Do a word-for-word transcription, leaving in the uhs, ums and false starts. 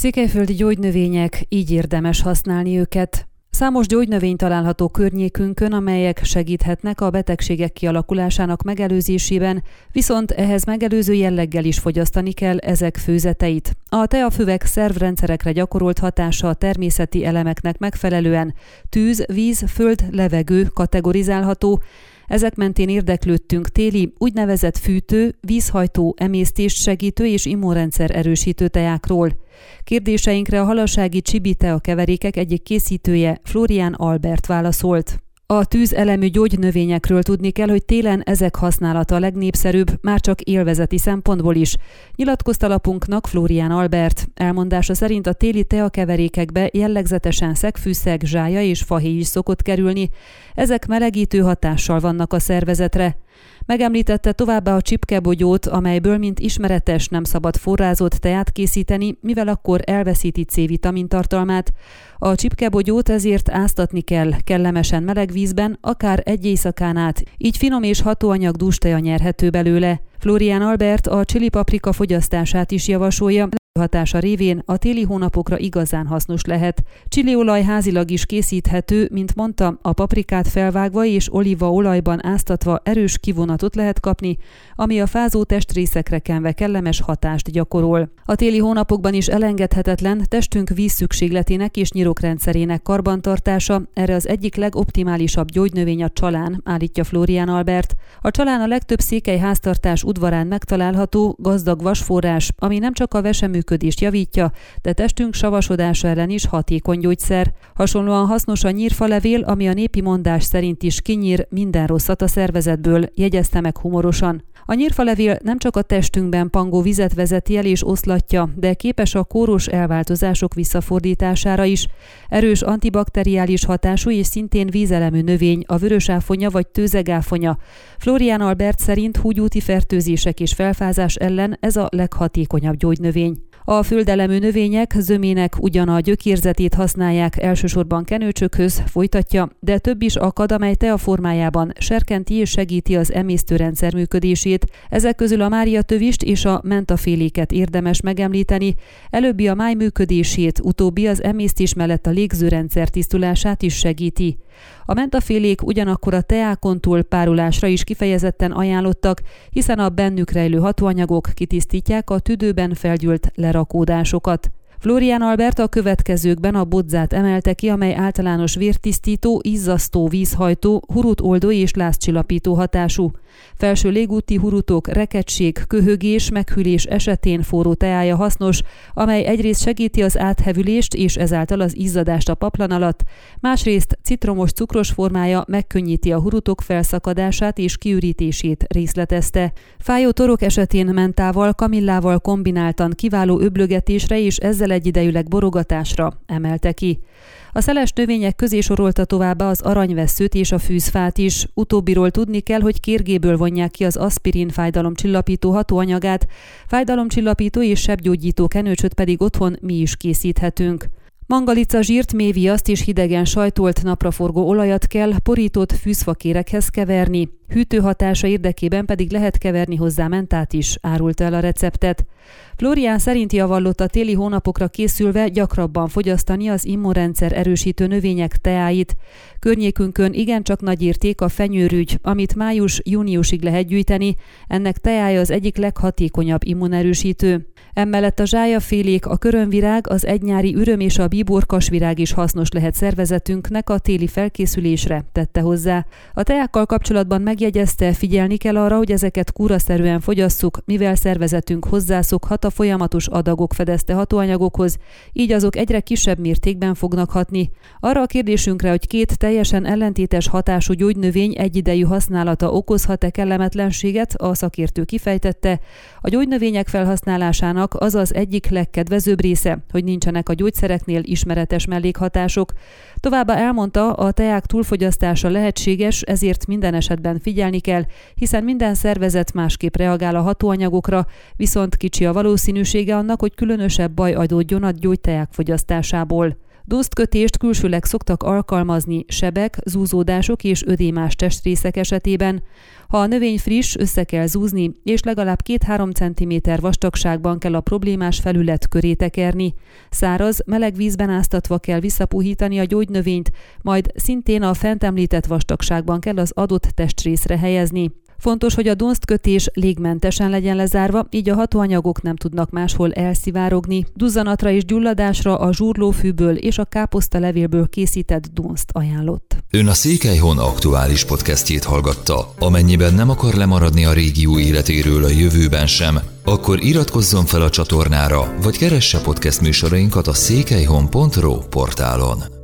Székelyföldi gyógynövények, így érdemes használni őket. Számos gyógynövény található környékünkön, amelyek segíthetnek a betegségek kialakulásának megelőzésében, viszont ehhez megelőző jelleggel is fogyasztani kell ezek főzeteit. A teafüvek szervrendszerekre gyakorolt hatása a természeti elemeknek megfelelően tűz, víz, föld, levegő kategorizálható. Ezek mentén érdeklődtünk téli, úgynevezett fűtő, vízhajtó, emésztést segítő és immunrendszer erősítő teákról. Kérdéseinkre a hallasági Csibi tea keverékek egyik készítője, Flórián Albert válaszolt. A tűzelemű gyógynövényekről tudni kell, hogy télen ezek használata a legnépszerűbb, már csak élvezeti szempontból is. Nyilatkozta lapunknak Flórián Albert. Elmondása szerint a téli teakeverékekbe jellegzetesen szegfűszeg, zsája és fahéj is szokott kerülni. Ezek melegítő hatással vannak a szervezetre. Megemlítette továbbá a csipkebogyót, amelyből, mint ismeretes, nem szabad forrázott teát készíteni, mivel akkor elveszíti C-vitamin tartalmát. A csipkebogyót ezért áztatni kell, kellemesen meleg vízben, akár egy éjszakán át, így finom és hatóanyag dústeja nyerhető belőle. Flórián Albert a csilipaprika fogyasztását is javasolja, hatása révén a téli hónapokra igazán hasznos lehet. Csiliolaj házilag is készíthető, mint mondta, a paprikát felvágva és olívaolajban áztatva erős kivonatot lehet kapni, ami a fázó testrészekre kenve kellemes hatást gyakorol. A téli hónapokban is elengedhetetlen testünk vízszükségletének és nyirokrendszerének karbantartása, erre az egyik legoptimálisabb gyógynövény a csalán, állítja Flórián Albert. A csalán a legtöbb székely háztartás udvarán megtalálható gazdag vasforrás, ami nem csak a veseműködést javítja, de testünk savasodása ellen is hatékony gyógyszer. Hasonlóan hasznos a nyírfalevél, ami a népi mondás szerint is kinyír minden rosszat a szervezetből, jegyezte meg humorosan. A nyírfalevél nem csak a testünkben pangó vizet vezeti el és oszlatja, de képes a kóros elváltozások visszafordítására is. Erős antibakteriális hatású és szintén vízelemű növény, a vörösáfonya vagy tőzegáfonya. Flórián Albert szerint húgyúti fertőzések és felfázás ellen ez a leghatékonyabb gyógynövény. A földelemű növények zömének ugyan a gyökérzetét használják elsősorban kenőcsökhöz, folytatja, de több is akad, amely tea formájában serkenti és segíti az emésztőrendszer működését. Ezek közül a máriatövist és a mentaféléket érdemes megemlíteni, előbbi a máj működését, utóbbi az emésztés mellett a légzőrendszer tisztulását is segíti. A mentafélék ugyanakkor a teákon túl párolásra is kifejezetten ajánlottak, hiszen a bennük rejlő hatóanyagok kitisztítják a tüdőben felgyűlt lerakódásokat. Flórián Albert a következőkben a bodzát emelte ki, amely általános vértisztító, izzasztó, vízhajtó, hurutoldó és lázcsillapító hatású. Felső légúti hurutok, rekettség, köhögés, meghűlés esetén forró teája hasznos, amely egyrészt segíti az áthevülést és ezáltal az izzadást a paplan alatt, másrészt citromos cukros formája megkönnyíti a hurutok felszakadását és kiürítését, részletezte. Fájó torok esetén mentával, kamillával kombináltan kiváló öblögetésre és ezzel egyidejűleg borogatásra emelte ki. A szeles növények közé sorolta továbbá az aranyvesszőt és a fűzfát is. Utóbbiról tudni kell, hogy kérgéből vonják ki az aszpirin fájdalomcsillapító hatóanyagát, fájdalomcsillapító és sebgyógyító kenőcsöt pedig otthon mi is készíthetünk. Mangalica zsírt, méhviaszt és hidegen sajtolt napraforgó olajat kell porított fűzfakérekhez keverni. Hűtő hatása érdekében pedig lehet keverni hozzá mentát is, árulta el a receptet. Flórián szerint javallott a téli hónapokra készülve gyakrabban fogyasztani az immunrendszer erősítő növények teáit. Környékünkön igencsak nagy érték a fenyőrügy, amit május-júniusig lehet gyűjteni, ennek teája az egyik leghatékonyabb immunerősítő. Emellett a zsájafélék, a körömvirág, az egynyári üröm és a bíborkasvirág is hasznos lehet szervezetünknek a téli felkészülésre, tette hozzá. A teákkal kapcsolatban megjegyezte, figyelni kell arra, hogy ezeket kúraszerűen fogyasszuk, mivel szervezetünk hozzászokhat a folyamatos adagok fedezte hatóanyagokhoz, így azok egyre kisebb mértékben fognak hatni. Arra a kérdésünkre, hogy két teljesen ellentétes hatású gyógynövény egyidejű használata okozhat-e kellemetlenséget, a szakértő kifejtette, a gyógynövények felhasználásának az az egyik legkedvezőbb része, hogy nincsenek a gyógyszereknél ismeretes mellékhatások. Továbbá elmondta, a teák túlfogyasztása lehetséges, ezért minden esetben figyelni kell, hiszen minden szervezet másképp reagál a hatóanyagokra, viszont kicsi a valószínűsége annak, hogy különösebb baj adódjon a gyógyteák fogyasztásából. Dunsztkötést külsőleg szoktak alkalmazni sebek, zúzódások és ödémás testrészek esetében. Ha a növény friss, össze kell zúzni, és legalább két-három centiméter vastagságban kell a problémás felület köré tekerni. Száraz, meleg vízben áztatva kell visszapuhítani a gyógynövényt, majd szintén a fent említett vastagságban kell az adott testrészre helyezni. Fontos, hogy a dunsztkötés légmentesen legyen lezárva, így a hatóanyagok nem tudnak máshol elszivárogni. Duzzanatra és gyulladásra a zsurlófűből és a káposztalevélből készített dunszt ajánlott. Ön a Székelyhon aktuális podcastjét hallgatta. Amennyiben nem akar lemaradni a régió életéről a jövőben sem, akkor iratkozzon fel a csatornára, vagy keresse podcast műsorainkat a székelyhon pont ro portálon.